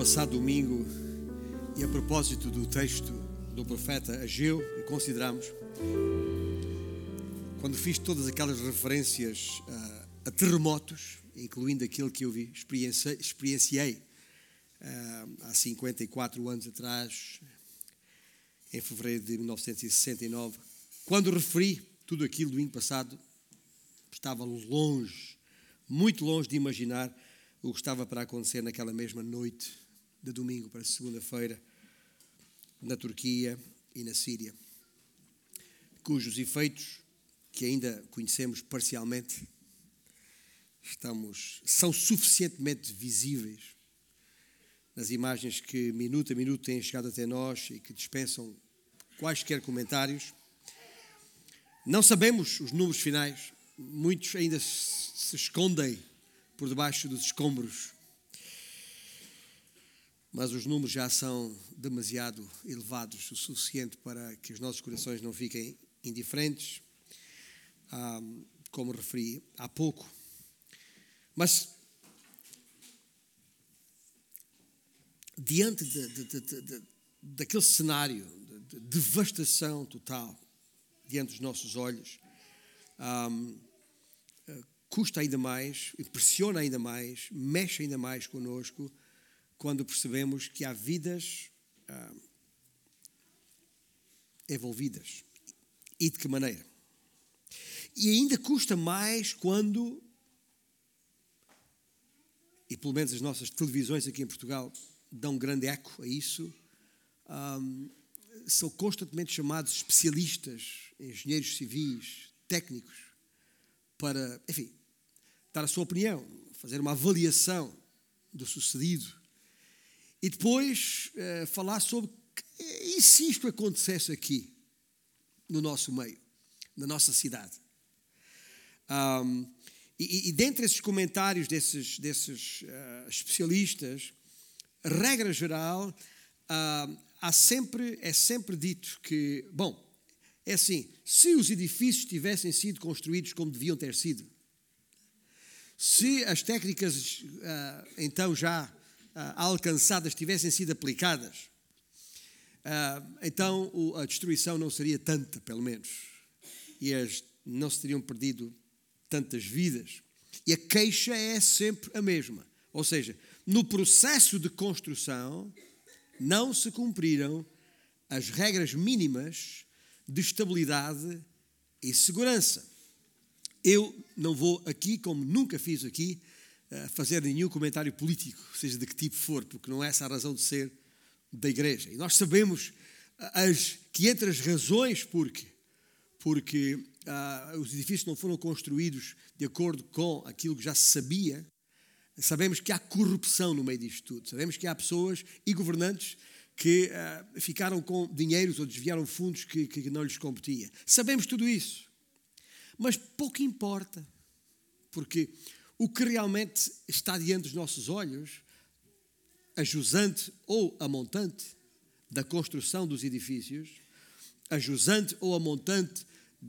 passado domingo, e a propósito do texto do profeta Ageu, que consideramos, quando fiz todas aquelas referências a terremotos, incluindo aquele que eu experienciei há 54 anos atrás, em fevereiro de 1969, quando referi tudo aquilo domingo passado, estava longe, muito longe de imaginar o que estava para acontecer naquela mesma noite de domingo para segunda-feira, na Turquia e na Síria, cujos efeitos, que ainda conhecemos parcialmente, são suficientemente visíveis nas imagens que minuto a minuto têm chegado até nós e que dispensam quaisquer comentários. Não sabemos os números finais, muitos ainda se escondem por debaixo dos escombros, mas os números já são demasiado elevados, o suficiente para que os nossos corações não fiquem indiferentes, como referi há pouco. Mas diante daquele cenário de devastação total diante dos nossos olhos, custa ainda mais, impressiona ainda mais, mexe ainda mais connosco quando percebemos que há vidas envolvidas. E de que maneira? E ainda custa mais quando, e pelo menos as nossas televisões aqui em Portugal dão grande eco a isso, são constantemente chamados especialistas, engenheiros civis, técnicos, para, enfim, dar a sua opinião, fazer uma avaliação do sucedido e depois falar sobre e se isto acontecesse aqui, no nosso meio, na nossa cidade. E dentre esses comentários desses especialistas, regra geral, é sempre dito que, bom, é assim, se os edifícios tivessem sido construídos como deviam ter sido, se as técnicas então já alcançadas tivessem sido aplicadas, então a destruição não seria tanta, pelo menos, e não se teriam perdido tantas vidas. E a queixa é sempre a mesma, ou seja, no processo de construção não se cumpriram as regras mínimas de estabilidade e segurança. Eu não vou aqui, como nunca fiz aqui, fazer nenhum comentário político, seja de que tipo for, porque não é essa a razão de ser da Igreja. E nós sabemos que entre as razões porque os edifícios não foram construídos de acordo com aquilo que já se sabia, sabemos que há corrupção no meio disto tudo. Sabemos que há pessoas e governantes que ficaram com dinheiros ou desviaram fundos que não lhes competia. Sabemos tudo isso. Mas pouco importa, porque o que realmente está diante dos nossos olhos, a jusante ou a montante da construção dos edifícios, a jusante ou a montante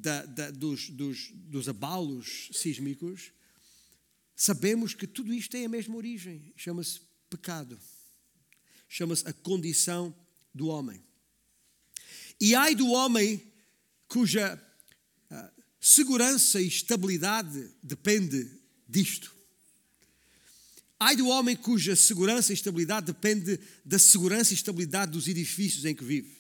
dos abalos sísmicos, sabemos que tudo isto tem a mesma origem. Chama-se pecado. Chama-se a condição do homem. E ai do homem cuja segurança e estabilidade depende disto. Ai do homem cuja segurança e estabilidade depende da segurança e estabilidade dos edifícios em que vive.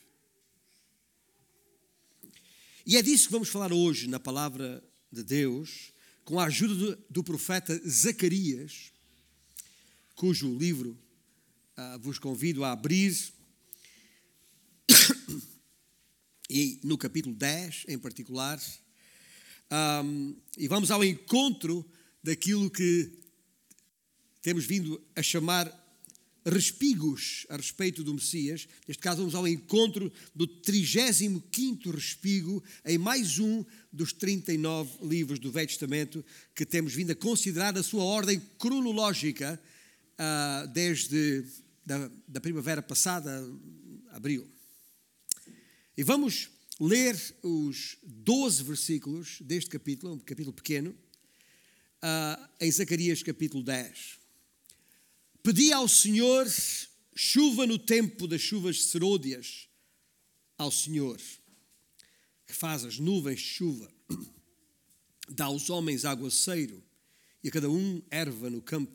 E é disso que vamos falar hoje na palavra de Deus, com a ajuda do profeta Zacarias, cujo livro vos convido a abrir, e no capítulo 10 em particular, e vamos ao encontro daquilo que temos vindo a chamar respigos a respeito do Messias. Neste caso vamos ao encontro do 35º respigo em mais um dos 39 livros do Velho Testamento que temos vindo a considerar a sua ordem cronológica desde da primavera passada, abril. E vamos ler os 12 versículos deste capítulo, um capítulo pequeno, em Zacarias capítulo 10. Pedi ao Senhor chuva no tempo das chuvas serôdias ao Senhor, que faz as nuvens de chuva, dá aos homens aguaceiro e a cada um erva no campo.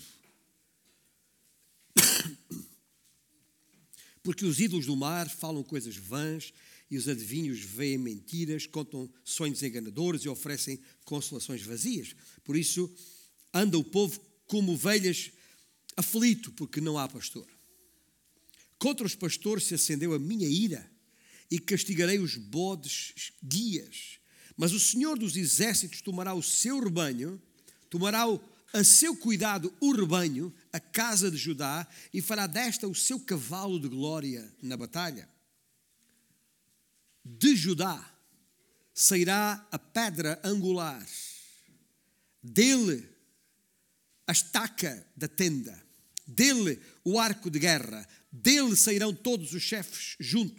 Porque os ídolos do mar falam coisas vãs e os adivinhos veem mentiras, contam sonhos enganadores e oferecem consolações vazias. Por isso anda o povo como ovelhas aflito, porque não há pastor. Contra os pastores se acendeu a minha ira e castigarei os bodes guias. Mas o Senhor dos exércitos tomará o seu rebanho, tomará a seu cuidado o rebanho, a casa de Judá, e fará desta o seu cavalo de glória na batalha. De Judá sairá a pedra angular, dele a estaca da tenda, dele o arco de guerra, dele sairão todos os chefes juntos.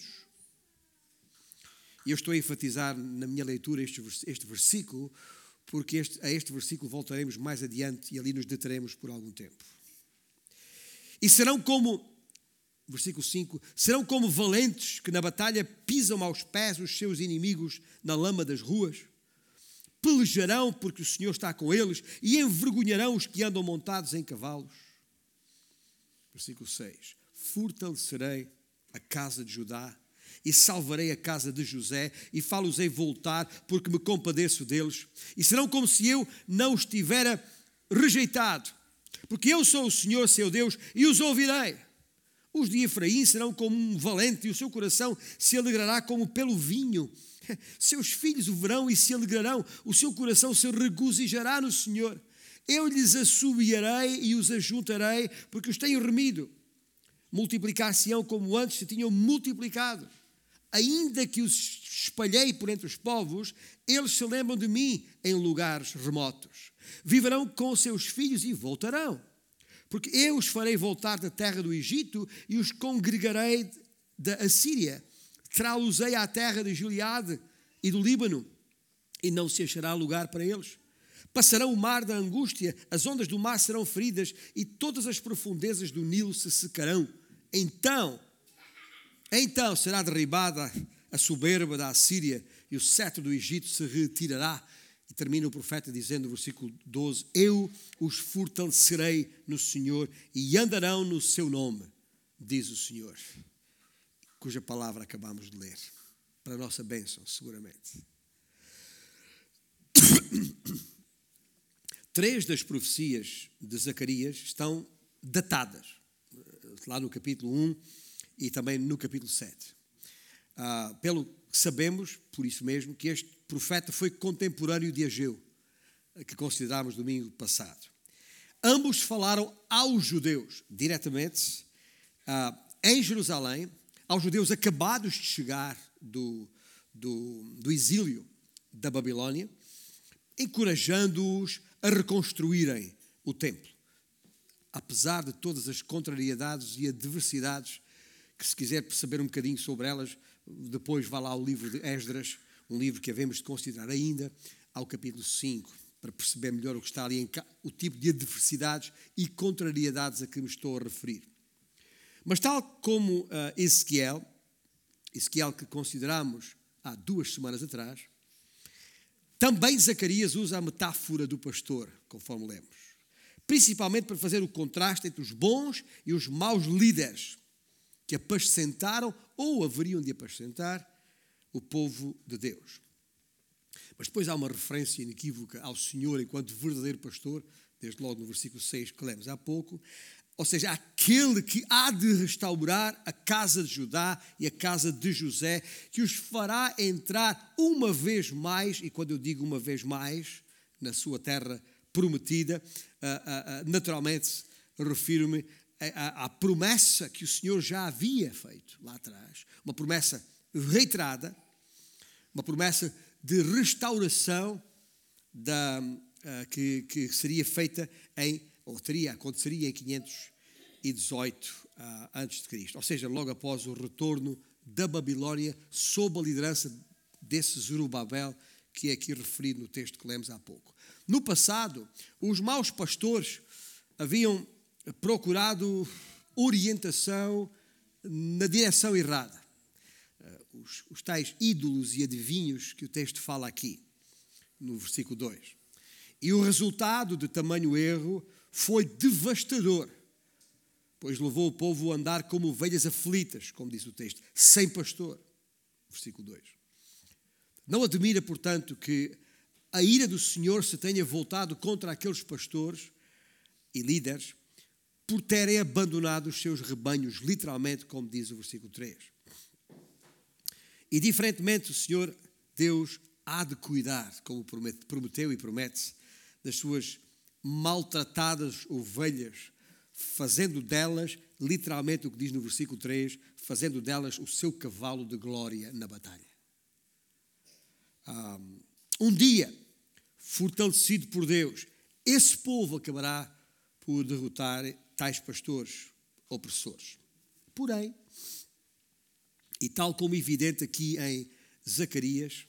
E eu estou a enfatizar na minha leitura este versículo, porque a este versículo voltaremos mais adiante e ali nos deteremos por algum tempo. E serão como, versículo 5, serão como valentes que na batalha pisam aos pés os seus inimigos na lama das ruas. Pelejarão porque o Senhor está com eles e envergonharão os que andam montados em cavalos. Versículo 6, fortalecerei a casa de Judá e salvarei a casa de José e fá-los-ei voltar, porque me compadeço deles. E serão como se eu não os tivera rejeitado, porque eu sou o Senhor, seu Deus, e os ouvirei. Os de Efraim serão como um valente, e o seu coração se alegrará como pelo vinho. Seus filhos o verão e se alegrarão, o seu coração se regozijará no Senhor. Eu lhes assobiarei e os ajuntarei, porque os tenho remido. Multiplicar-se-ão como antes se tinham multiplicado. Ainda que os espalhei por entre os povos, eles se lembram de mim em lugares remotos. Viverão com seus filhos e voltarão. Porque eu os farei voltar da terra do Egito e os congregarei da Assíria. Trá-los-ei à terra de Gileade e do Líbano, e não se achará lugar para eles. Passarão o mar da angústia, as ondas do mar serão feridas, e todas as profundezas do Nilo se secarão. Então será derribada a soberba da Assíria, e o cetro do Egito se retirará. E termina o profeta dizendo no versículo 12, eu os fortalecerei no Senhor e andarão no seu nome, diz o Senhor, cuja palavra acabamos de ler, para a nossa bênção, seguramente. 3 das profecias de Zacarias estão datadas, lá no capítulo 1 e também no capítulo 7. Pelo que sabemos, por isso mesmo, que este profeta foi contemporâneo de Ageu, que considerámos domingo passado. Ambos falaram aos judeus, diretamente, em Jerusalém, aos judeus acabados de chegar do exílio da Babilônia, encorajando-os a reconstruírem o templo. Apesar de todas as contrariedades e adversidades, que se quiser perceber um bocadinho sobre elas, depois vá lá ao livro de Esdras, um livro que havemos de considerar ainda, ao capítulo 5, para perceber melhor o que está ali, o tipo de adversidades e contrariedades a que me estou a referir. Mas tal como Ezequiel que consideramos há 2 semanas atrás, também Zacarias usa a metáfora do pastor, conforme lemos, principalmente para fazer o contraste entre os bons e os maus líderes que apascentaram ou haveriam de apacentar o povo de Deus. Mas depois há uma referência inequívoca ao Senhor enquanto verdadeiro pastor, desde logo no versículo 6 que lemos há pouco, ou seja, aquele que há de restaurar a casa de Judá e a casa de José, que os fará entrar uma vez mais, e quando eu digo uma vez mais, na sua terra prometida, naturalmente refiro-me à promessa que o Senhor já havia feito lá atrás, uma promessa reiterada, uma promessa de restauração que seria feita aconteceria em 518 antes de Cristo, ou seja, logo após o retorno da Babilônia, sob a liderança desse Zorobabel, que é aqui referido no texto que lemos há pouco. No passado, os maus pastores haviam procurado orientação na direção errada. Os tais ídolos e adivinhos que o texto fala aqui, no versículo 2. E o resultado de tamanho erro foi devastador, pois levou o povo a andar como ovelhas aflitas, como diz o texto, sem pastor. Versículo 2. Não admira, portanto, que a ira do Senhor se tenha voltado contra aqueles pastores e líderes por terem abandonado os seus rebanhos, literalmente, como diz o versículo 3. E, diferentemente, o Senhor Deus há de cuidar, como prometeu e promete, das suas maltratadas ovelhas, fazendo delas, literalmente o que diz no versículo 3, fazendo delas o seu cavalo de glória na batalha. Um dia, fortalecido por Deus, esse povo acabará por derrotar tais pastores opressores. Porém, e tal como evidente aqui em Zacarias,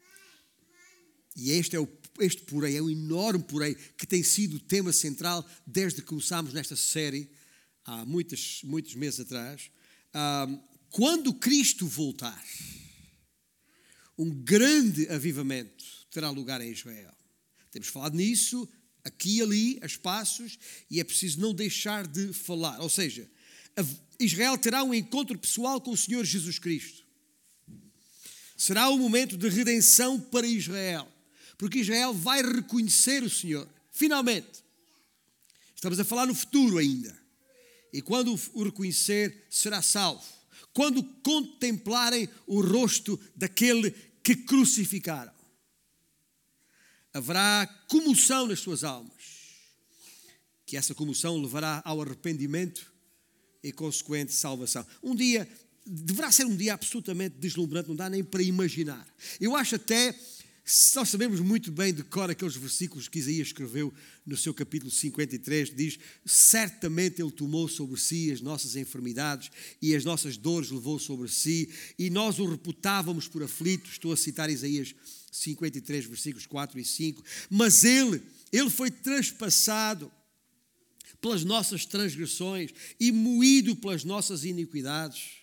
e este porém é um enorme porém que tem sido o tema central desde que começámos nesta série, há muitos meses atrás, quando Cristo voltar, um grande avivamento terá lugar em Israel. Temos falado nisso, aqui e ali, a espaços, e é preciso não deixar de falar. Ou seja, Israel terá um encontro pessoal com o Senhor Jesus Cristo. Será um momento de redenção para Israel, porque Israel vai reconhecer o Senhor, finalmente. Estamos a falar no futuro ainda. E quando o reconhecer, será salvo. Quando contemplarem o rosto daquele que crucificaram, haverá comoção nas suas almas, que essa comoção levará ao arrependimento e consequente salvação. Um dia, deverá ser um dia absolutamente deslumbrante, não dá nem para imaginar. Eu acho até, nós sabemos muito bem de cor aqueles versículos que Isaías escreveu no seu capítulo 53, diz: certamente Ele tomou sobre si as nossas enfermidades e as nossas dores levou sobre si, e nós o reputávamos por aflito. Estou a citar Isaías 53, versículos 4 e 5. Mas Ele foi traspassado pelas nossas transgressões e moído pelas nossas iniquidades.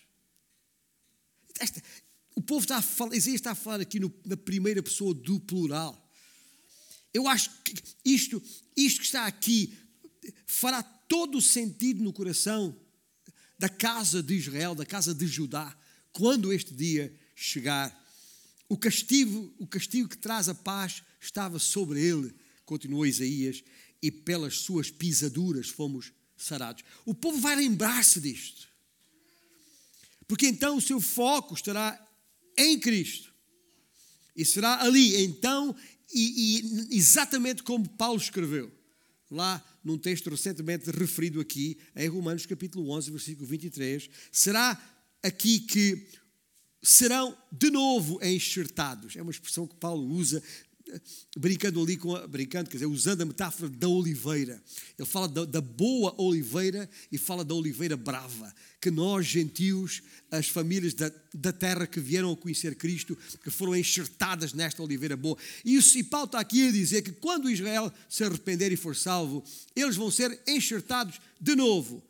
O povo está a falar, Isaías está a falar aqui na primeira pessoa do plural. Eu acho que isto que está aqui fará todo o sentido no coração da casa de Israel, da casa de Judá, quando este dia chegar. O castigo que traz a paz estava sobre ele, continuou Isaías, e pelas suas pisaduras fomos sarados. O povo vai lembrar-se disto, porque então o seu foco estará em Cristo, e será ali, então, e exatamente como Paulo escreveu, lá num texto recentemente referido aqui, em Romanos capítulo 11, versículo 23, será aqui que serão de novo enxertados. É uma expressão que Paulo usa, usando a metáfora da oliveira. Ele fala da boa oliveira e fala da oliveira brava, que nós, gentios, as famílias da terra que vieram a conhecer Cristo, que foram enxertadas nesta oliveira boa. E Paulo está aqui a dizer que quando Israel se arrepender e for salvo, eles vão ser enxertados de novo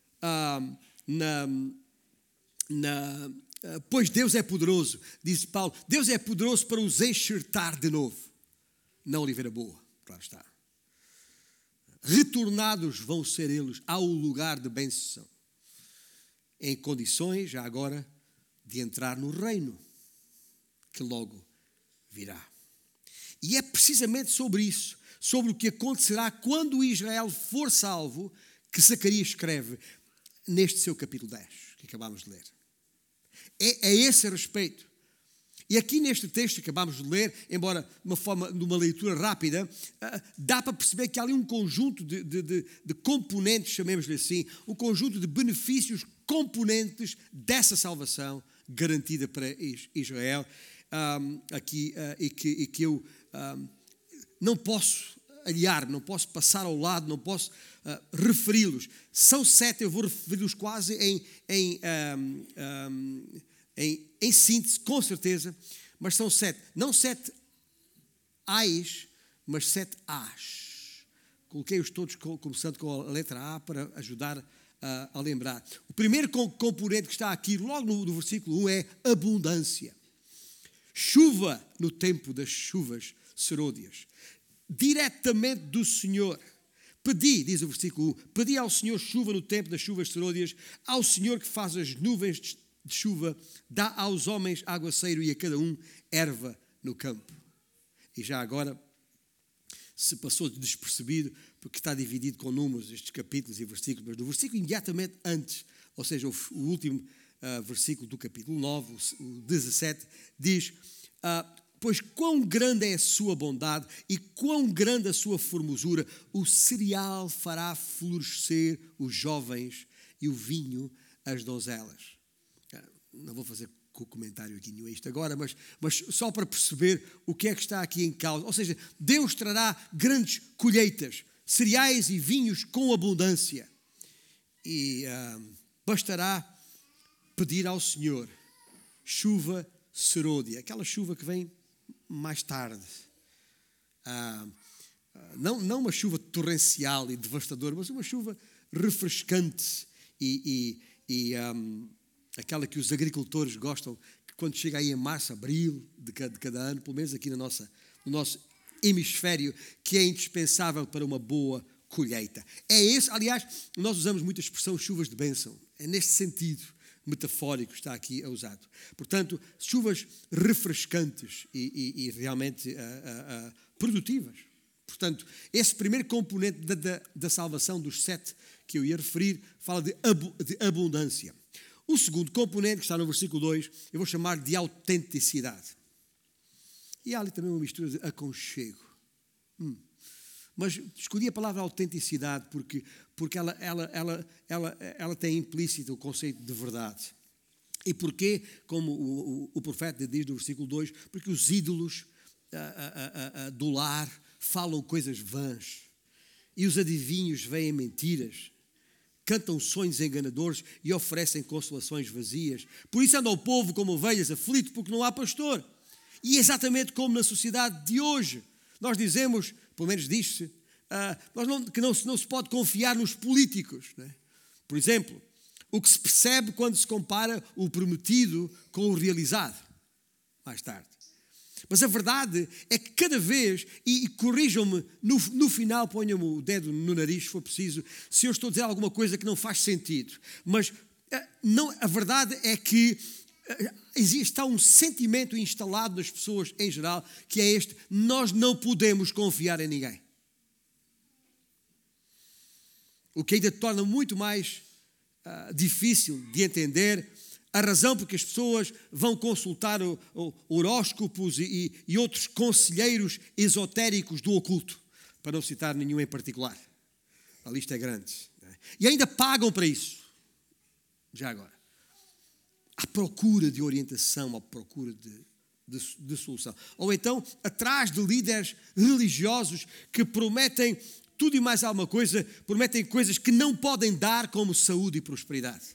pois Deus é poderoso, diz Paulo, Deus é poderoso para os enxertar de novo na oliveira boa. Claro está. Retornados vão ser eles ao lugar de bênção, em condições, já agora, de entrar no reino que logo virá. E é precisamente sobre isso, sobre o que acontecerá quando Israel for salvo, que Zacarias escreve neste seu capítulo 10, que acabámos de ler. É a esse respeito. E aqui neste texto que acabámos de ler, embora de uma leitura rápida, dá para perceber que há ali um conjunto de componentes, chamemos-lhe assim, um conjunto de benefícios componentes dessa salvação garantida para Israel, e que eu não posso aliar, não posso passar ao lado, não posso referi-los. São 7, eu vou referi-los quase em síntese, com certeza, mas são 7. Não 7 A's, mas 7 A's. Coloquei-os todos começando com a letra A para ajudar a lembrar. O primeiro componente que está aqui, logo no versículo 1, é abundância. Chuva no tempo das chuvas serôdias. Diretamente do Senhor. Pedi, diz o versículo 1, pedi ao Senhor chuva no tempo das chuvas serôdias, ao Senhor que faz as nuvens de chuva, dá aos homens aguaceiro e a cada um erva no campo. E já agora se passou despercebido, porque está dividido com números estes capítulos e versículos, mas no versículo imediatamente antes, ou seja, o último versículo do capítulo 9, o 17, diz, pois quão grande é a sua bondade e quão grande a sua formosura, o cereal fará florescer os jovens e o vinho as donzelas. Não vou fazer comentário aqui nenhum a isto agora, mas só para perceber o que é que está aqui em causa. Ou seja, Deus trará grandes colheitas, cereais e vinhos com abundância. E bastará pedir ao Senhor chuva serôdia, aquela chuva que vem mais tarde. Não uma chuva torrencial e devastadora, mas uma chuva refrescante e aquela que os agricultores gostam, que quando chega aí em março, abril de cada ano, pelo menos aqui no nosso hemisfério, que é indispensável para uma boa colheita. É esse, aliás, nós usamos muito a expressão chuvas de bênção. É neste sentido metafórico está aqui usado. Portanto, chuvas refrescantes e realmente produtivas. Portanto, esse primeiro componente da salvação dos 7 que eu ia referir, fala de abundância. O segundo componente, que está no versículo 2, eu vou chamar de autenticidade. E há ali também uma mistura de aconchego. Mas escolhi a palavra autenticidade porque ela tem implícito o conceito de verdade. E porquê? Como o profeta diz no versículo 2, porque os ídolos do lar falam coisas vãs e os adivinhos veem mentiras. Cantam sonhos enganadores e oferecem consolações vazias. Por isso anda o povo como ovelhas aflito, porque não há pastor. E é exatamente como na sociedade de hoje. Nós dizemos, pelo menos diz-se, que não se pode confiar nos políticos. Não é? Por exemplo, o que se percebe quando se compara o prometido com o realizado. Mais tarde. Mas a verdade é que cada vez, e corrijam-me, no final ponham-me o dedo no nariz, se for preciso, se eu estou a dizer alguma coisa que não faz sentido. Mas a verdade é que está um sentimento instalado nas pessoas em geral, que é este: nós não podemos confiar em ninguém. O que ainda torna muito mais difícil de entender a razão porque as pessoas vão consultar horóscopos e outros conselheiros esotéricos do oculto, para não citar nenhum em particular. A lista é grande. E ainda pagam para isso. Já agora. À procura de orientação, à procura de solução. Ou então, atrás de líderes religiosos que prometem tudo e mais alguma coisa, prometem coisas que não podem dar, como saúde e prosperidade.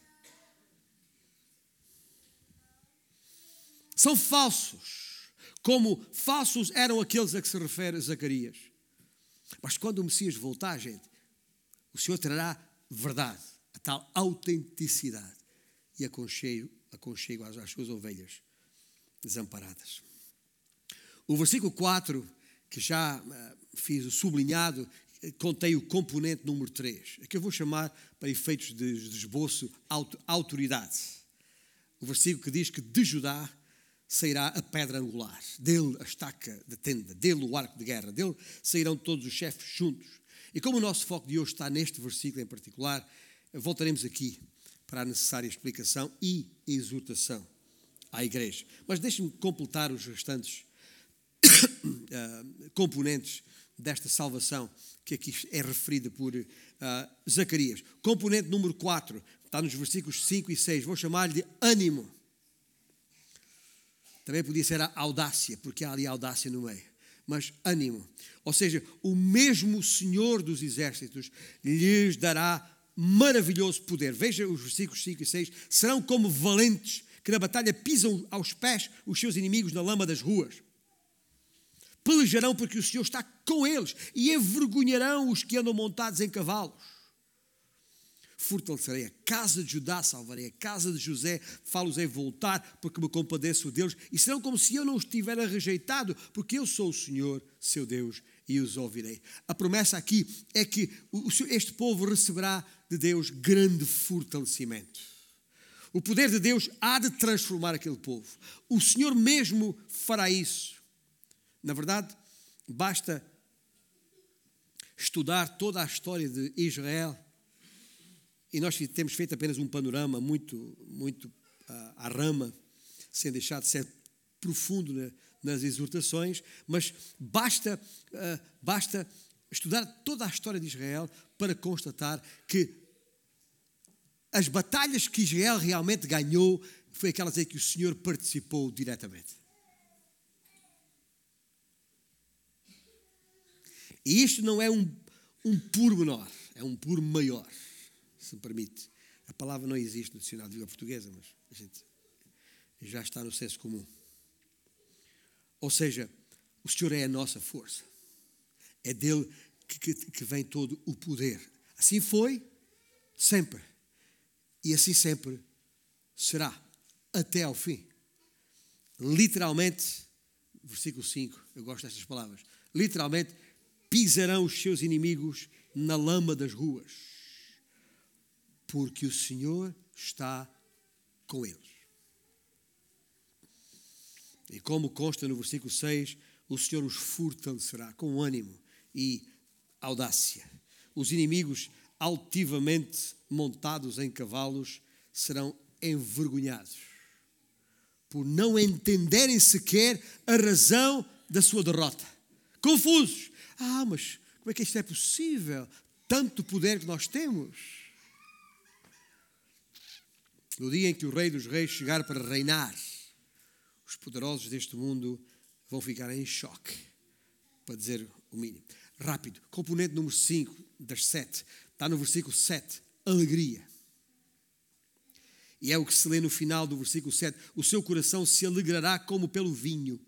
São falsos, como falsos eram aqueles a que se refere Zacarias. Mas quando o Messias voltar, gente, o Senhor trará verdade, a tal autenticidade e aconchego às suas ovelhas desamparadas. O versículo 4, que já fiz o sublinhado, contém o componente número 3, que eu vou chamar, para efeitos de esboço, autoridade. O versículo que diz que de Judá sairá a pedra angular, dele a estaca da tenda, dele o arco de guerra, dele sairão todos os chefes juntos. E como o nosso foco de hoje está neste versículo em particular, voltaremos aqui para a necessária explicação e exortação à igreja. Mas deixem-me completar os restantes componentes desta salvação que aqui é referida por Zacarias. Componente número 4, está nos versículos 5 e 6, vou chamar-lhe de ânimo. Também podia ser a audácia, porque há ali audácia no meio. Mas ânimo. Ou seja, o mesmo Senhor dos Exércitos lhes dará maravilhoso poder. Veja os versículos 5 e 6. Serão como valentes que na batalha pisam aos pés os seus inimigos na lama das ruas. Pelejarão porque o Senhor está com eles e envergonharão os que andam montados em cavalos. fortalecerei, a casa de Judá salvarei, a casa de José fá-los-ei voltar, porque me compadeço deles, e serão como se eu não os tivera rejeitado, porque eu sou o Senhor, seu Deus, e os ouvirei. A promessa aqui é que este povo receberá de Deus grande fortalecimento. O poder de Deus há de transformar aquele povo. O Senhor mesmo fará isso. Na verdade, basta estudar toda a história de Israel, e nós temos feito apenas um panorama muito à rama, sem deixar de ser profundo nas exortações, mas basta estudar toda a história de Israel para constatar que as batalhas que Israel realmente ganhou foi aquelas em que o Senhor participou diretamente. E isto não é um pormenor, é um por maior, se me permite. A palavra não existe no dicionário de língua portuguesa, mas a gente já está no senso comum. Ou seja, o Senhor é a nossa força. É dele que vem todo o poder. Assim foi, sempre. E assim sempre será, até ao fim. Literalmente, versículo 5, eu gosto destas palavras. Literalmente, pisarão os seus inimigos na lama das ruas, porque o Senhor está com eles. E como consta no versículo 6, o Senhor os fortalecerá com ânimo e audácia. Os inimigos altivamente montados em cavalos serão envergonhados por não entenderem sequer a razão da sua derrota. Confusos. Mas como é que isto é possível? Tanto poder que nós temos. No dia em que o Rei dos Reis chegar para reinar, os poderosos deste mundo vão ficar em choque, para dizer o mínimo. Rápido, componente número 5 das 7, está no versículo 7, alegria. E é o que se lê no final do versículo 7, o seu coração se alegrará como pelo vinho.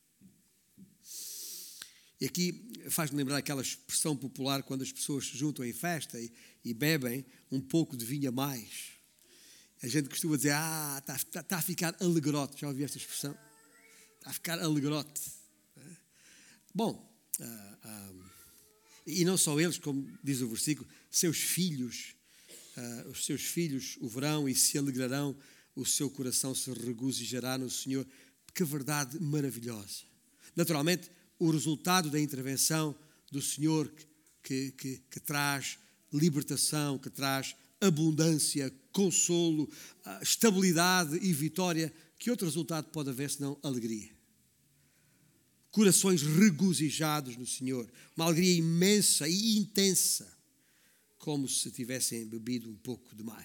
E aqui faz-me lembrar aquela expressão popular quando as pessoas se juntam em festa e bebem um pouco de vinho a mais. A gente costuma dizer, está a ficar alegrote. Já ouvi esta expressão? Está a ficar alegrote. Bom, e não só eles, como diz o versículo, seus filhos, os seus filhos o verão e se alegrarão, o seu coração se regozijará no Senhor. Que verdade maravilhosa. Naturalmente, o resultado da intervenção do Senhor que traz libertação, que traz abundância, consolo, estabilidade e vitória. Que outro resultado pode haver senão alegria? Corações regozijados no Senhor, uma alegria imensa e intensa, como se tivessem bebido um pouco demais.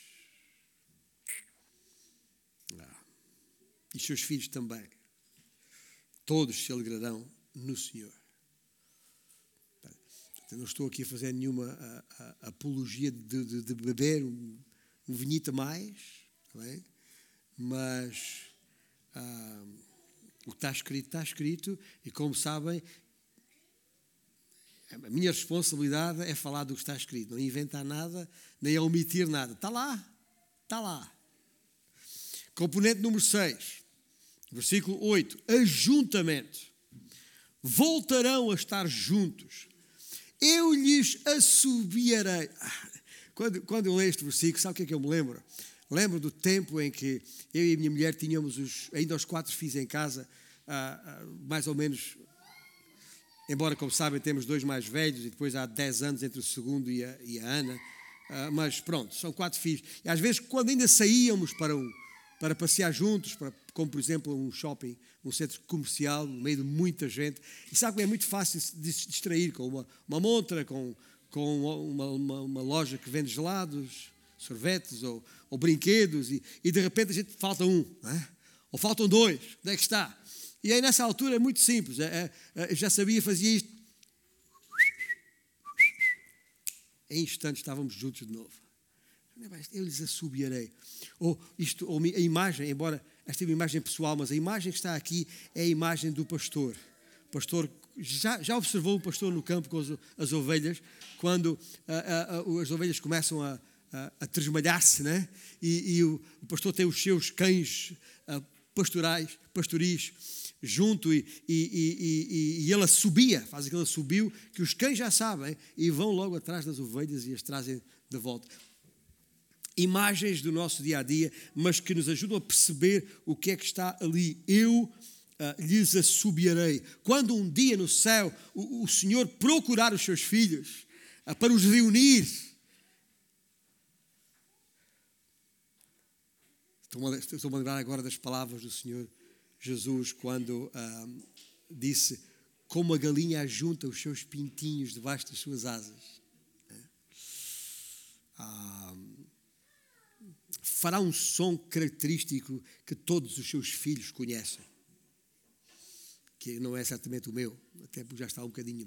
E seus filhos também, todos se alegrarão no Senhor. Eu não estou aqui a fazer nenhuma apologia de beber um vinhito a mais, não é? Mas o que está escrito, e como sabem, a minha responsabilidade é falar do que está escrito, não inventar nada, nem omitir nada. Está lá. Componente número 6, versículo 8, ajuntamento. Voltarão a estar juntos. Eu lhes assobiarei. Quando eu leio este versículo, sabe o que é que eu me lembro? Lembro do tempo em que eu e a minha mulher tínhamos ainda os 4 filhos em casa, mais ou menos, embora, como sabem, temos 2 mais velhos e depois há 10 anos entre o segundo e a Ana, mas pronto, são 4 filhos. E às vezes, quando ainda saíamos para passear juntos, como por exemplo um shopping, um centro comercial, no meio de muita gente, e sabe que é muito fácil de se distrair com uma montra, com uma loja que vende gelados, sorvetes ou brinquedos, e de repente a gente falta um, não é? Ou faltam 2, onde é que está? E aí nessa altura é muito simples, eu já sabia, fazia isto, em instantes estávamos juntos de novo. Eu lhes assobiarei. Ou a imagem, embora esta é uma imagem pessoal, mas a imagem que está aqui é a imagem do pastor. O pastor, já observou um pastor no campo com as ovelhas, quando as ovelhas começam a a tresmalhar-se, né? E o pastor tem os seus cães pastoris junto e ele assobia, faz aquele assobio que os cães já sabem e vão logo atrás das ovelhas e as trazem de volta. Imagens do nosso dia-a-dia, mas que nos ajudam a perceber o que é que está ali. Eu lhes assobiarei. Quando um dia no céu o Senhor procurar os seus filhos para os reunir, estou a lembrar agora das palavras do Senhor Jesus quando disse: como a galinha ajunta os seus pintinhos debaixo das suas asas, fará um som característico que todos os seus filhos conhecem, que não é certamente o meu, até porque já está um bocadinho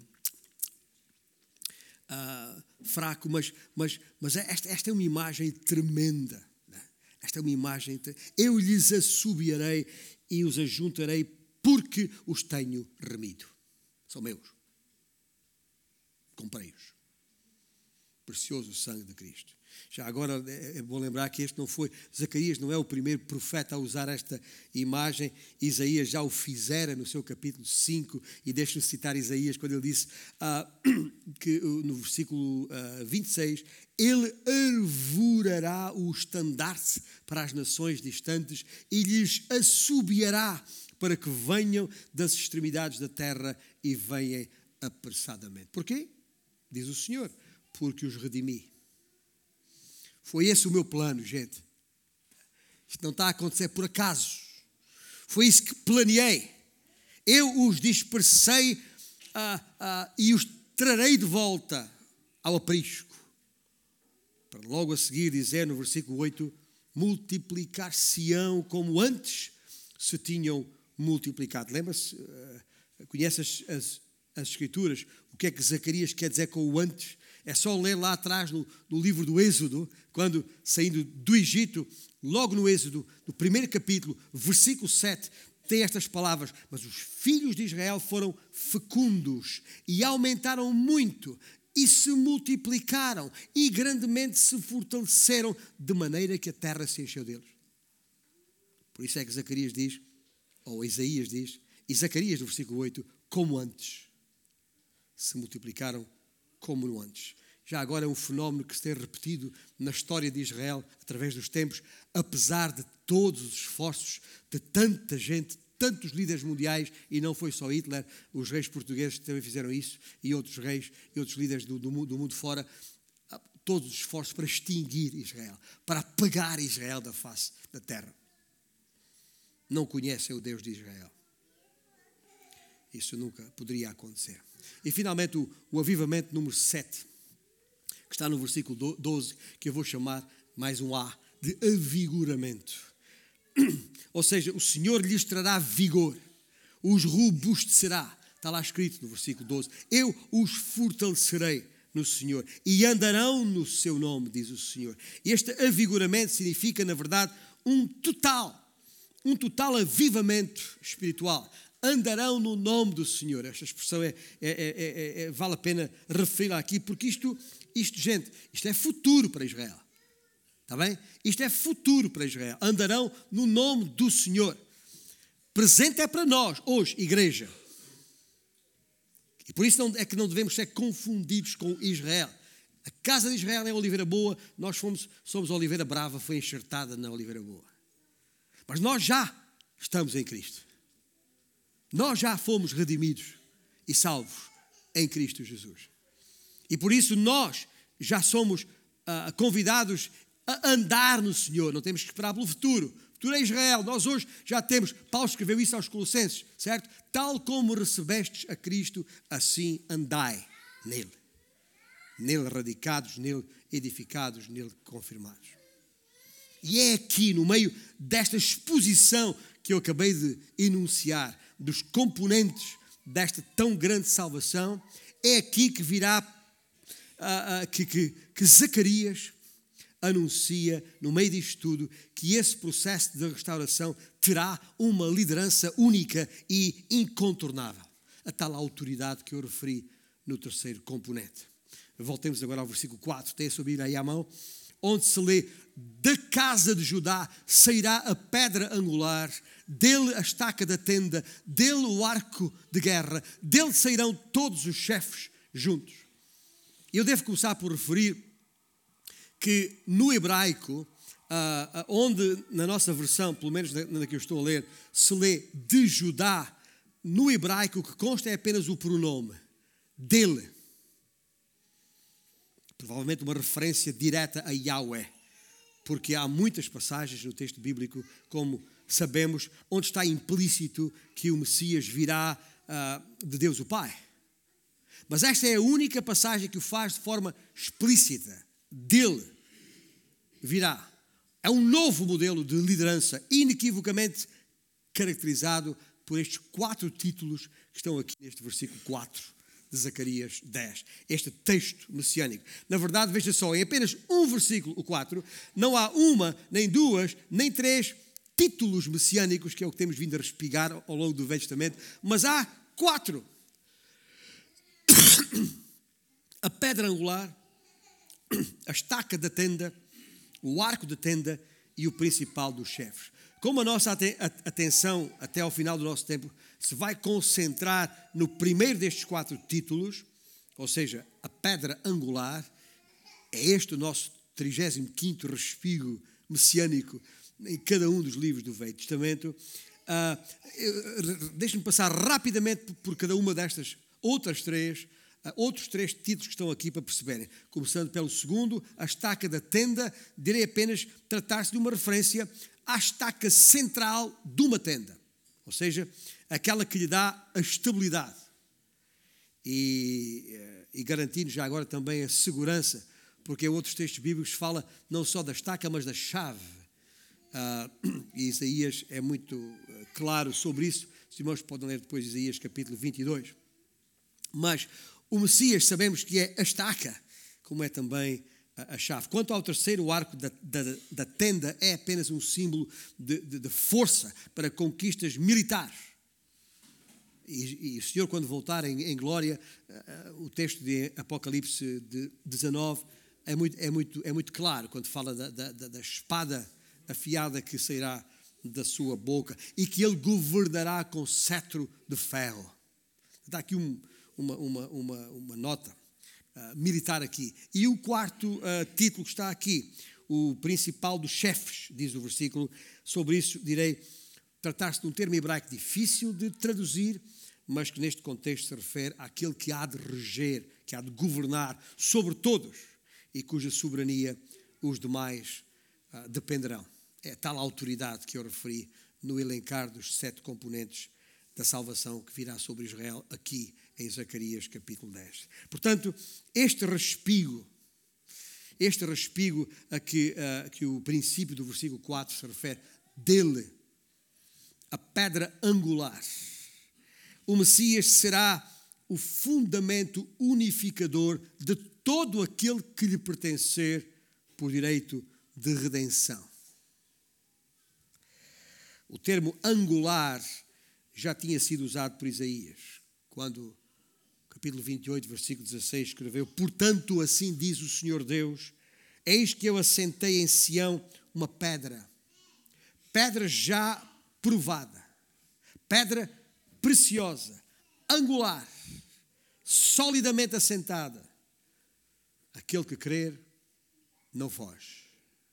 fraco, mas esta é uma imagem tremenda, né? Esta é uma imagem eu lhes assobiarei e os ajuntarei porque os tenho remido, são meus, comprei-os, precioso sangue de Cristo. Já agora é bom lembrar que Zacarias não é o primeiro profeta a usar esta imagem. Isaías já o fizera no seu capítulo 5, e deixe-me citar Isaías quando ele disse que no versículo 26, ele arvorará o estandarte para as nações distantes e lhes assobiará para que venham das extremidades da terra e venham apressadamente. Porquê? Diz o Senhor, porque os redimi. Foi esse o meu plano, gente. Isto não está a acontecer por acaso. Foi isso que planeei. Eu os dispersei e os trarei de volta ao aprisco. Para logo a seguir dizer no versículo 8, multiplicar-se-ão como antes se tinham multiplicado. Lembra-se? Conhece as Escrituras? O que é que Zacarias quer dizer com o antes? É só ler lá atrás no livro do Êxodo, quando saindo do Egito, logo no Êxodo, no primeiro capítulo, versículo 7, tem estas palavras: mas os filhos de Israel foram fecundos e aumentaram muito e se multiplicaram e grandemente se fortaleceram, de maneira que a terra se encheu deles. Por isso é que Zacarias diz, ou Isaías diz, e Zacarias no versículo 8, como antes se multiplicaram como no antes. Já agora é um fenómeno que se tem repetido na história de Israel através dos tempos, apesar de todos os esforços de tanta gente, tantos líderes mundiais, e não foi só Hitler, os reis portugueses também fizeram isso, e outros reis e outros líderes do mundo fora, todos os esforços para extinguir Israel, para apagar Israel da face da terra. Não conhecem o Deus de Israel. Isso nunca poderia acontecer. E finalmente o avivamento número 7, que está no versículo 12, que eu vou chamar mais um A, de avigoramento. Ou seja, o Senhor lhes trará vigor, os robustecerá. Está lá escrito no versículo 12. Eu os fortalecerei no Senhor e andarão no seu nome, diz o Senhor. Este avigoramento significa, na verdade, um total avivamento espiritual. Andarão no nome do Senhor. Esta expressão vale a pena referir aqui, porque isto, gente, isto é futuro para Israel. Está bem? Isto é futuro para Israel. Andarão no nome do Senhor. Presente é para nós, hoje, igreja. E por isso é que não devemos ser confundidos com Israel. A casa de Israel é a oliveira boa, nós somos a oliveira brava, foi enxertada na oliveira boa. Mas nós já estamos em Cristo. Nós já fomos redimidos e salvos em Cristo Jesus. E por isso nós já somos convidados a andar no Senhor. Não temos que esperar pelo futuro. O futuro é Israel. Nós hoje já temos. Paulo escreveu isso aos Colossenses, certo? Tal como recebestes a Cristo, assim andai nele. Nele radicados, nele edificados, nele confirmados. E é aqui, no meio desta exposição que eu acabei de enunciar, dos componentes desta tão grande salvação, é aqui que virá, que Zacarias anuncia, no meio disto tudo, que esse processo de restauração terá uma liderança única e incontornável. A tal autoridade que eu referi no terceiro componente. Voltemos agora ao versículo 4, tem a sua Bíblia aí à mão. onde se lê: da casa de Judá sairá a pedra angular, dele a estaca da tenda, dele o arco de guerra, dele sairão todos os chefes juntos. Eu devo começar por referir que no hebraico, onde na nossa versão, pelo menos na que eu estou a ler, se lê de Judá, no hebraico o que consta é apenas o pronome dele. Provavelmente uma referência direta a Yahweh, porque há muitas passagens no texto bíblico, como sabemos, onde está implícito que o Messias virá de Deus o Pai. Mas esta é a única passagem que o faz de forma explícita. Dele virá. É um novo modelo de liderança, inequivocamente caracterizado por estes 4 títulos que estão aqui neste versículo 4 de Zacarias 10. Este texto messiânico. Na verdade, veja só, em apenas um versículo, o 4, não há uma, nem duas, nem 3 títulos messiânicos, que é o que temos vindo a respigar ao longo do Velho Testamento, mas há 4. A pedra angular, a estaca da tenda, o arco da tenda e o principal dos chefes. Como a nossa atenção até ao final do nosso tempo se vai concentrar no primeiro destes 4 títulos, ou seja, a pedra angular, é este o nosso 35º respigo messiânico em cada um dos livros do Velho Testamento. Deixe-me passar rapidamente por cada uma destas outros 3 títulos que estão aqui para perceberem. Começando pelo segundo, a estaca da tenda, direi apenas tratar-se de uma referência à estaca central de uma tenda, ou seja, aquela que lhe dá a estabilidade e garantindo já agora também a segurança, porque em outros textos bíblicos fala não só da estaca, mas da chave. E Isaías é muito claro sobre isso. Os irmãos podem ler depois Isaías capítulo 22. Mas o Messias sabemos que é a estaca, como é também a chave. Quanto ao terceiro, o arco da tenda é apenas um símbolo de força para conquistas militares. E o Senhor, quando voltar em glória, o texto de Apocalipse 19 é muito claro, quando fala da espada afiada que sairá da sua boca e que ele governará com cetro de ferro. Está aqui uma nota militar aqui. E o quarto título que está aqui, o principal dos chefes, diz o versículo. Sobre isso direi, tratar-se de um termo hebraico difícil de traduzir, mas que neste contexto se refere àquele que há de reger, que há de governar sobre todos e cuja soberania os demais dependerão. É tal autoridade que eu referi no elencar dos 7 componentes da salvação que virá sobre Israel aqui em Zacarias capítulo 10. Portanto, este respigo a que o princípio do versículo 4 se refere, dele, a pedra angular. O Messias será o fundamento unificador de todo aquele que lhe pertencer por direito de redenção. O termo angular já tinha sido usado por Isaías, quando, capítulo 28, versículo 16, escreveu: portanto, assim diz o Senhor Deus, eis que eu assentei em Sião uma pedra já provada, pedra preciosa, angular, solidamente assentada. Aquele que crer, não foge.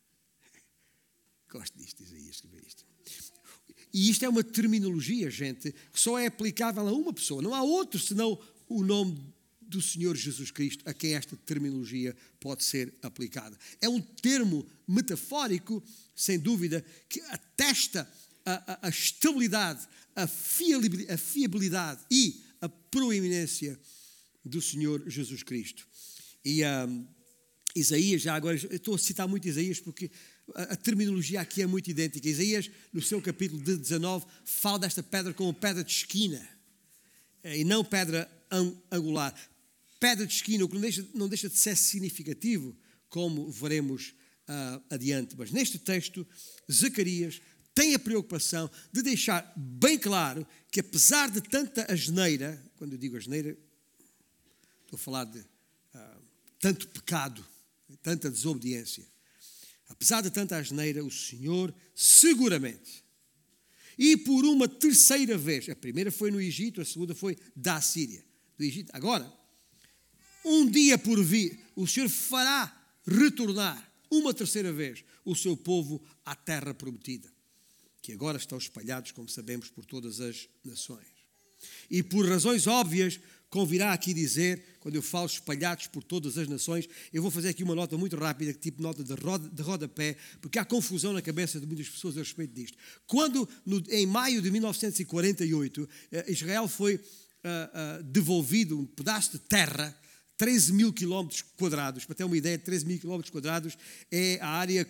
Gosto disto, Isaías escreveu isto. E isto é uma terminologia, gente, que só é aplicável a uma pessoa. Não há outro senão o nome do Senhor Jesus Cristo a quem esta terminologia pode ser aplicada. É um termo metafórico, sem dúvida, que atesta a estabilidade, a fiabilidade e a proeminência do Senhor Jesus Cristo. E Isaías, já agora, eu estou a citar muito Isaías porque a terminologia aqui é muito idêntica. Isaías, no seu capítulo 19, fala desta pedra como pedra de esquina e não pedra angular. Pedra de esquina, o que não deixa de ser significativo, como veremos adiante. Mas neste texto, Zacarias tem a preocupação de deixar bem claro que, apesar de tanta asneira, quando eu digo asneira, estou a falar de tanto pecado, tanta desobediência, apesar de tanta asneira, o Senhor seguramente, e por uma terceira vez, a primeira foi no Egito, a segunda foi da Assíria, do Egito. Agora, um dia por vir, o Senhor fará retornar uma terceira vez o seu povo à terra prometida, que agora estão espalhados, como sabemos, por todas as nações. E por razões óbvias, convirá aqui dizer, quando eu falo espalhados por todas as nações, eu vou fazer aqui uma nota muito rápida, tipo nota de rodapé, porque há confusão na cabeça de muitas pessoas a respeito disto. Quando, em maio de 1948, Israel foi devolvido um pedaço de terra, 13 mil quilómetros quadrados, para ter uma ideia, 13 mil quilómetros quadrados é a área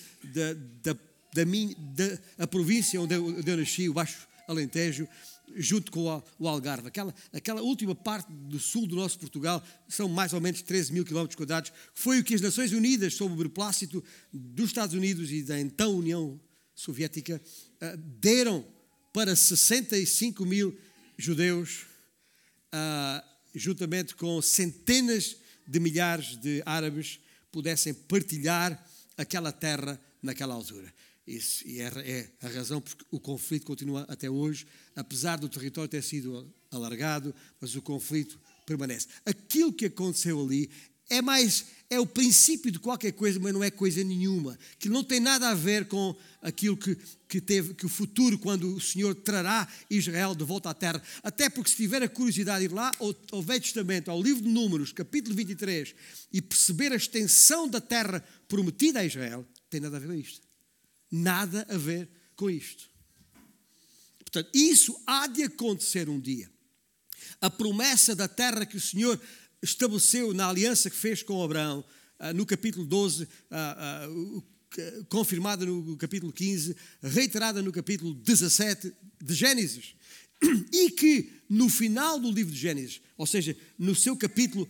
da província onde eu nasci, o Baixo Alentejo, junto com o Algarve. Aquela última parte do sul do nosso Portugal são mais ou menos 13 mil quilómetros quadrados. Foi o que as Nações Unidas, sob o beneplácito dos Estados Unidos e da então União Soviética, deram para 65 mil judeus, juntamente com centenas de milhares de árabes, pudessem partilhar aquela terra naquela altura. Isso é a razão porque o conflito continua até hoje, apesar do território ter sido alargado, mas o conflito permanece. Aquilo que aconteceu ali é o princípio de qualquer coisa, mas não é coisa nenhuma, que não tem nada a ver com aquilo que o futuro, quando o Senhor trará Israel de volta à terra. Até porque se tiver a curiosidade de ir lá ao Velho Testamento, ao livro de Números, capítulo 23, e perceber a extensão da terra prometida a Israel, tem nada a ver com isto. Nada a ver com isto. Portanto, isso há de acontecer um dia. A promessa da terra que o Senhor estabeleceu na aliança que fez com Abraão, no capítulo 12, confirmada no capítulo 15, reiterada no capítulo 17 de Gênesis, e que no final do livro de Gênesis, ou seja, no seu capítulo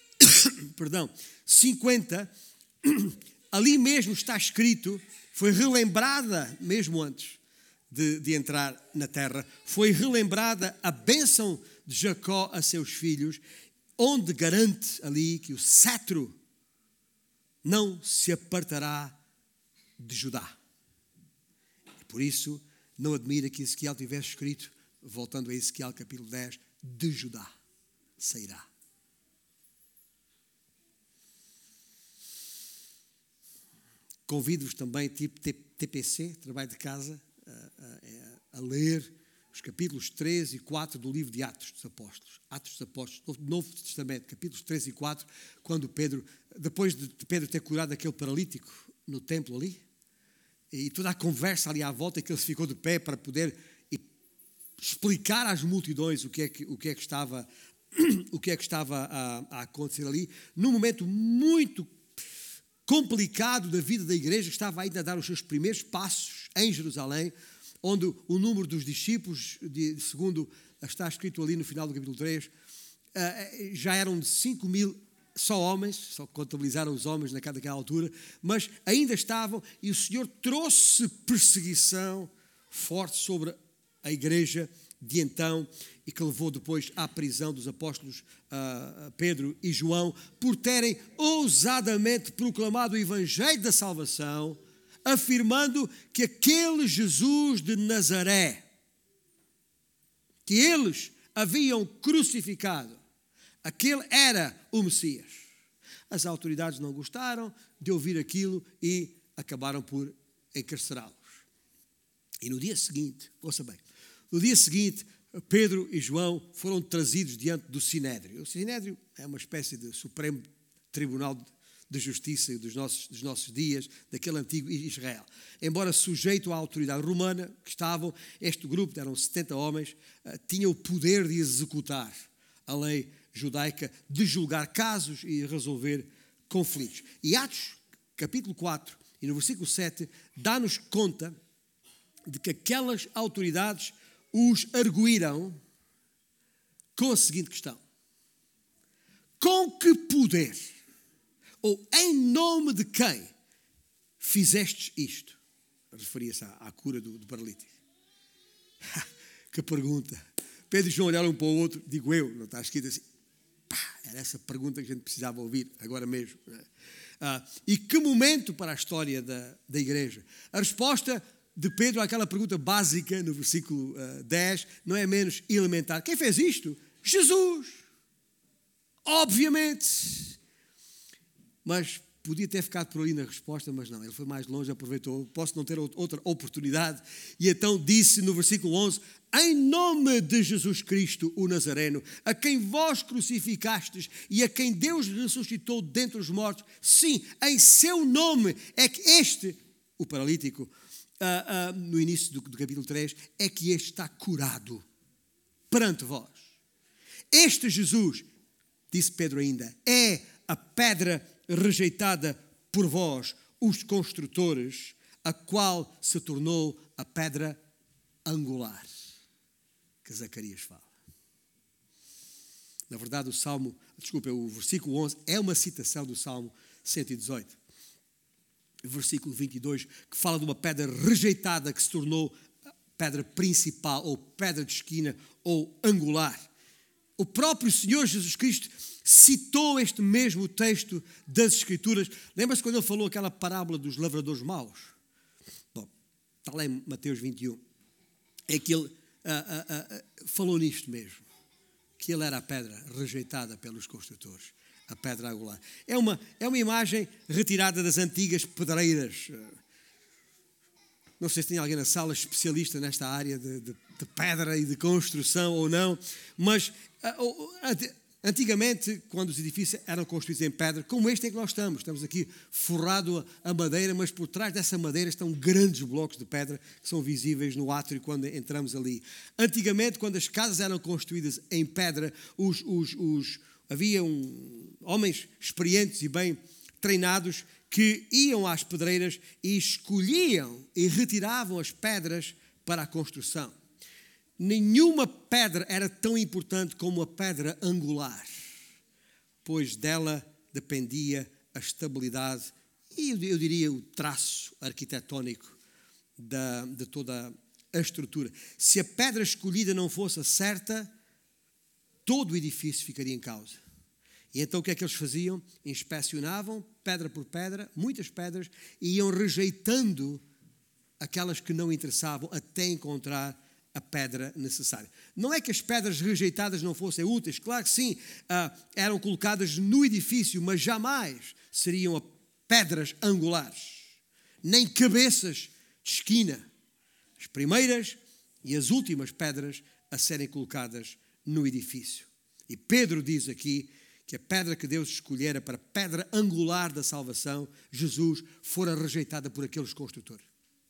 50, ali mesmo está escrito, foi relembrada, mesmo antes de entrar na terra, foi relembrada a bênção de Jacó a seus filhos, onde garante ali que o cetro não se apartará de Judá. E por isso, não admira que Ezequiel tivesse escrito, voltando a Ezequiel capítulo 10, de Judá sairá. Convido-vos também, tipo TPC, trabalho de casa, a ler os capítulos 3 e 4 do livro de Atos dos Apóstolos. Atos dos Apóstolos, Novo Testamento, capítulos 3 e 4, quando Pedro, depois de Pedro ter curado aquele paralítico no templo ali, e toda a conversa ali à volta, que ele ficou de pé para poder explicar às multidões o que é que estava a acontecer ali, num momento muito complicado da vida da igreja, que estava ainda a dar os seus primeiros passos em Jerusalém, onde o número dos discípulos, segundo está escrito ali no final do capítulo 3, já eram de 5 mil só homens, só contabilizaram os homens naquela altura, mas ainda estavam, e o Senhor trouxe perseguição forte sobre a igreja de então, e que levou depois à prisão dos apóstolos Pedro e João, por terem ousadamente proclamado o Evangelho da salvação, afirmando que aquele Jesus de Nazaré, que eles haviam crucificado, aquele era o Messias. As autoridades não gostaram de ouvir aquilo e acabaram por encarcerá-los. E no dia seguinte, ouça bem, no dia seguinte, Pedro e João foram trazidos diante do Sinédrio. O Sinédrio é uma espécie de Supremo Tribunal de Justiça dos nossos dias, daquele antigo Israel. Embora sujeito à autoridade romana, que estavam, este grupo, eram 70 homens, tinha o poder de executar a lei judaica, de julgar casos e resolver conflitos. E Atos, capítulo 4, e no versículo 7, dá-nos conta de que aquelas autoridades os arguíram com a seguinte questão: com que poder, ou em nome de quem fizestes isto? Referia-se à cura do paralítico. Que pergunta. Pedro e João olharam um para o outro, digo eu, não está escrito assim, Era essa pergunta que a gente precisava ouvir agora mesmo. E que momento para a história da igreja? A resposta de Pedro àquela pergunta básica no versículo 10 não é menos elementar. Quem fez isto? Jesus. Obviamente. Mas podia ter ficado por ali na resposta, mas não. Ele foi mais longe, aproveitou. Posso não ter outra oportunidade. E então disse no versículo 11: em nome de Jesus Cristo, o Nazareno, a quem vós crucificastes e a quem Deus ressuscitou dentre os mortos, sim, em seu nome é que este, o paralítico, no início do capítulo 3, é que este está curado perante vós. Este Jesus, disse Pedro ainda, é a pedra rejeitada por vós, os construtores, a qual se tornou a pedra angular, que Zacarias fala. Na verdade, o versículo 11 é uma citação do Salmo 118. Versículo 22, que fala de uma pedra rejeitada que se tornou pedra principal, ou pedra de esquina, ou angular. O próprio Senhor Jesus Cristo citou este mesmo texto das Escrituras. Lembra-se quando ele falou aquela parábola dos lavradores maus? Bom, está lá em Mateus 21. É que ele falou nisto mesmo, que ele era a pedra rejeitada pelos construtores, a pedra angular. É uma imagem retirada das antigas pedreiras. Não sei se tem alguém na sala especialista nesta área de pedra e de construção ou não, mas antigamente, quando os edifícios eram construídos em pedra, como este em que nós estamos aqui forrado a madeira, mas por trás dessa madeira estão grandes blocos de pedra que são visíveis no átrio quando entramos ali. Antigamente, quando as casas eram construídas em pedra, havia homens experientes e bem treinados que iam às pedreiras e escolhiam e retiravam as pedras para a construção. Nenhuma pedra era tão importante como a pedra angular, pois dela dependia a estabilidade e, eu diria, o traço arquitetónico de toda a estrutura. Se a pedra escolhida não fosse a certa, todo o edifício ficaria em causa. E então o que é que eles faziam? Inspecionavam pedra por pedra, muitas pedras, e iam rejeitando aquelas que não interessavam até encontrar a pedra necessária. Não é que as pedras rejeitadas não fossem úteis, claro que sim, eram colocadas no edifício, mas jamais seriam pedras angulares, nem cabeças de esquina. As primeiras e as últimas pedras a serem colocadas no edifício. E Pedro diz aqui que a pedra que Deus escolhera para pedra angular da salvação, Jesus, fora rejeitada por aqueles construtores.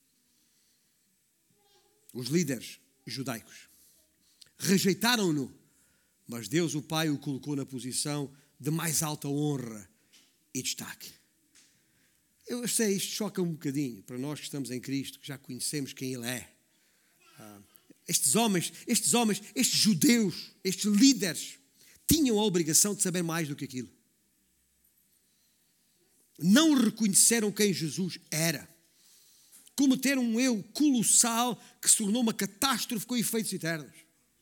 Os líderes judaicos rejeitaram-no, mas Deus o Pai o colocou na posição de mais alta honra e destaque. Eu sei, isto choca um bocadinho para nós que estamos em Cristo, que já conhecemos quem Ele é. Estes homens, estes judeus, estes líderes, tinham a obrigação de saber mais do que aquilo. Não reconheceram quem Jesus era. Cometeram um erro colossal que se tornou uma catástrofe com efeitos eternos.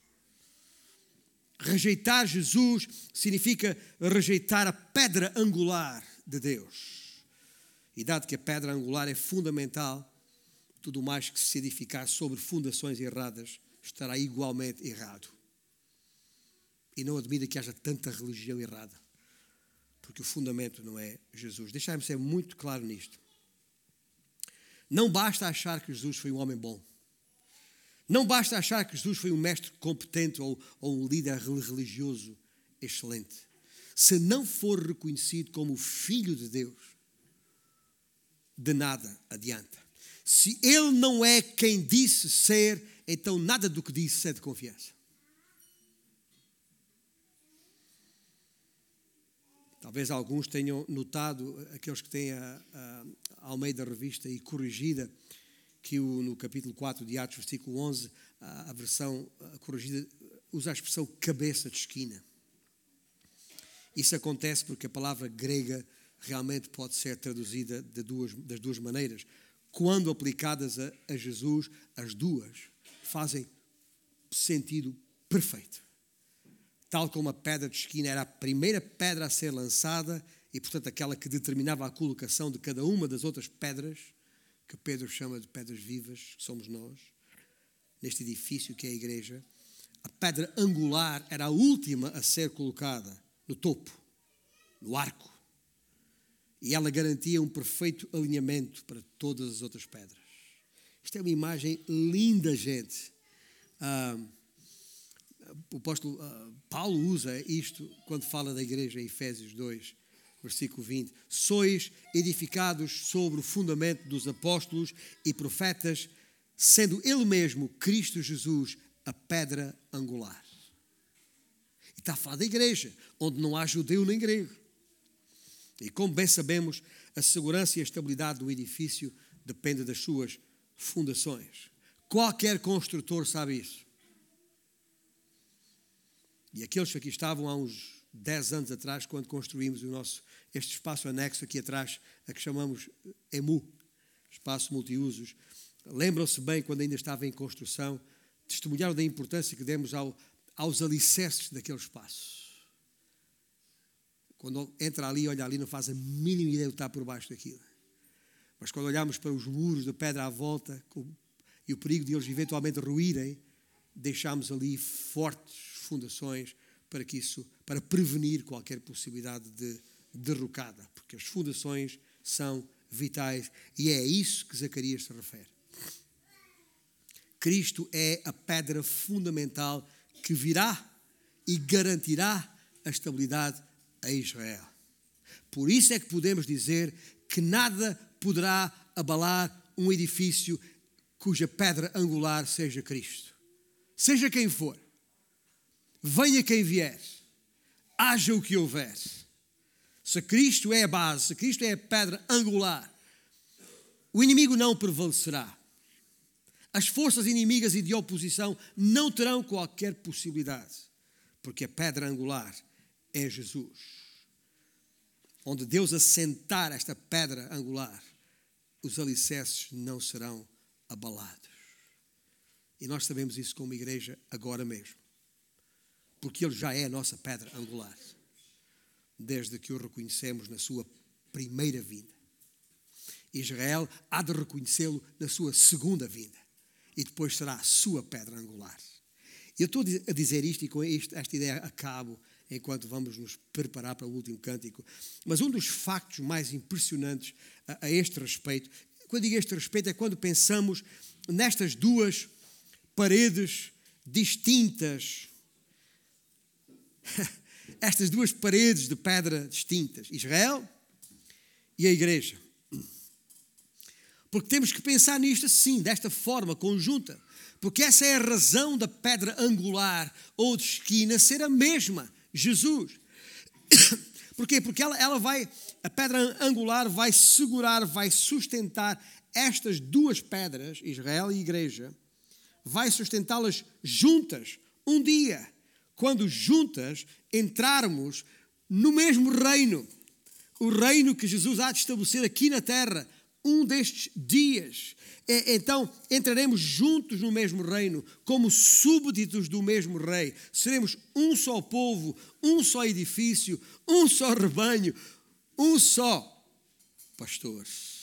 Rejeitar Jesus significa rejeitar a pedra angular de Deus. E dado que a pedra angular é fundamental, tudo mais que se edificar sobre fundações erradas estará igualmente errado. E não admira que haja tanta religião errada, porque o fundamento não é Jesus. Deixai-me ser muito claro nisto. Não basta achar que Jesus foi um homem bom. Não basta achar que Jesus foi um mestre competente ou um líder religioso excelente. Se não for reconhecido como o Filho de Deus, de nada adianta. Se ele não é quem disse ser, então nada do que disse é de confiança. Talvez alguns tenham notado, aqueles que têm a Almeida Revista e Corrigida, que no capítulo 4 de Atos, versículo 11, a versão corrigida usa a expressão cabeça de esquina. Isso acontece porque a palavra grega realmente pode ser traduzida das duas maneiras. Quando aplicadas a Jesus, as duas fazem sentido perfeito. tal como a pedra de esquina era a primeira pedra a ser lançada e, portanto, aquela que determinava a colocação de cada uma das outras pedras, que Pedro chama de pedras vivas, que somos nós, neste edifício que é a igreja. A pedra angular era a última a ser colocada no topo, no arco. E ela garantia um perfeito alinhamento para todas as outras pedras. Isto é uma imagem linda, gente. O apóstolo Paulo usa isto quando fala da igreja em Efésios 2, versículo 20. Sois edificados sobre o fundamento dos apóstolos e profetas, sendo ele mesmo, Cristo Jesus, a pedra angular. E está a falar da igreja, onde não há judeu nem grego. E como bem sabemos, a segurança e a estabilidade do edifício depende das suas fundações. Qualquer construtor sabe isso. E aqueles que aqui estavam há uns 10 anos atrás, quando construímos este espaço anexo aqui atrás, a que chamamos EMU, Espaço Multiusos, lembram-se bem, quando ainda estava em construção, testemunharam da importância que demos aos alicerces daquele espaço. Quando entra ali, olha ali, não faz a mínima ideia do que está por baixo daquilo. Mas quando olhamos para os muros de pedra à volta e o perigo de eles eventualmente ruírem, deixámos ali fortes fundações para prevenir qualquer possibilidade de derrocada, porque as fundações são vitais e é a isso que Zacarias se refere. Cristo é a pedra fundamental que virá e garantirá a estabilidade a Israel. Por isso é que podemos dizer que nada poderá abalar um edifício cuja pedra angular seja Cristo. Seja quem for, venha quem vier, haja o que houver. Se Cristo é a base, se Cristo é a pedra angular, o inimigo não prevalecerá. As forças inimigas e de oposição não terão qualquer possibilidade, porque a pedra angular é Jesus. Onde Deus assentar esta pedra angular, os alicerces não serão abalados. E nós sabemos isso como igreja agora mesmo, porque Ele já é a nossa pedra angular, desde que o reconhecemos na sua primeira vinda. Israel há de reconhecê-lo na sua segunda vinda, e depois será a sua pedra angular. Eu estou a dizer isto e com esta ideia acabo, enquanto vamos nos preparar para o último cântico. Mas um dos factos mais impressionantes a este respeito, quando digo este respeito, é quando pensamos nestas duas paredes distintas, estas duas paredes de pedra distintas, Israel e a igreja. Porque temos que pensar nisto assim, desta forma conjunta, porque essa é a razão da pedra angular ou de esquina ser a mesma, Jesus. Porquê? Porque a pedra angular vai segurar, vai sustentar estas duas pedras, Israel e igreja, vai sustentá-las juntas um dia, quando juntas entrarmos no mesmo reino, o reino que Jesus há de estabelecer aqui na terra, um destes dias. Então entraremos juntos no mesmo reino, como súbditos do mesmo rei. Seremos um só povo, um só edifício, um só rebanho, um só pastor.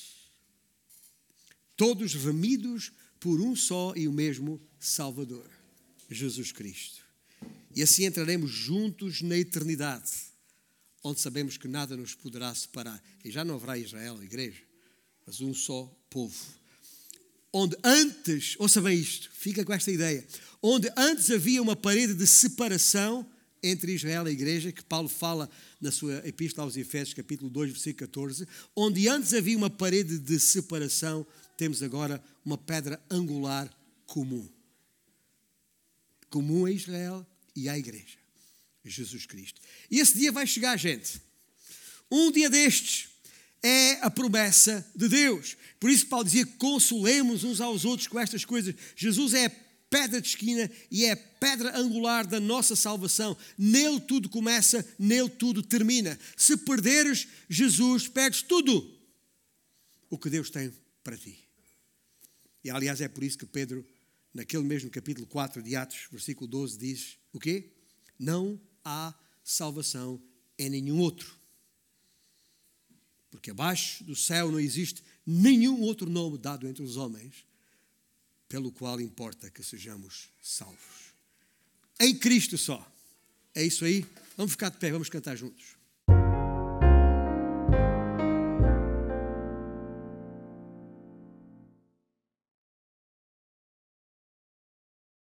Todos remidos por um só e o mesmo Salvador, Jesus Cristo. E assim entraremos juntos na eternidade, onde sabemos que nada nos poderá separar. E já não haverá Israel, a igreja, mas um só povo. Onde antes, ouça bem isto, fica com esta ideia, onde antes havia uma parede de separação entre Israel e a igreja, que Paulo fala na sua epístola aos Efésios, capítulo 2, versículo 14, onde antes havia uma parede de separação, temos agora uma pedra angular comum. Comum a Israel e à igreja, Jesus Cristo. E esse dia vai chegar, gente. Um dia destes é a promessa de Deus. Por isso Paulo dizia, consolemos uns aos outros com estas coisas. Jesus é a pedra de esquina e é a pedra angular da nossa salvação. Nele tudo começa, nele tudo termina. Se perderes Jesus, perdes tudo o que Deus tem para ti. E aliás é por isso que Pedro, naquele mesmo capítulo 4 de Atos, versículo 12, diz o quê? Não há salvação em nenhum outro. Porque abaixo do céu não existe nenhum outro nome dado entre os homens pelo qual importa que sejamos salvos. Em Cristo só. É isso aí? Vamos ficar de pé, vamos cantar juntos.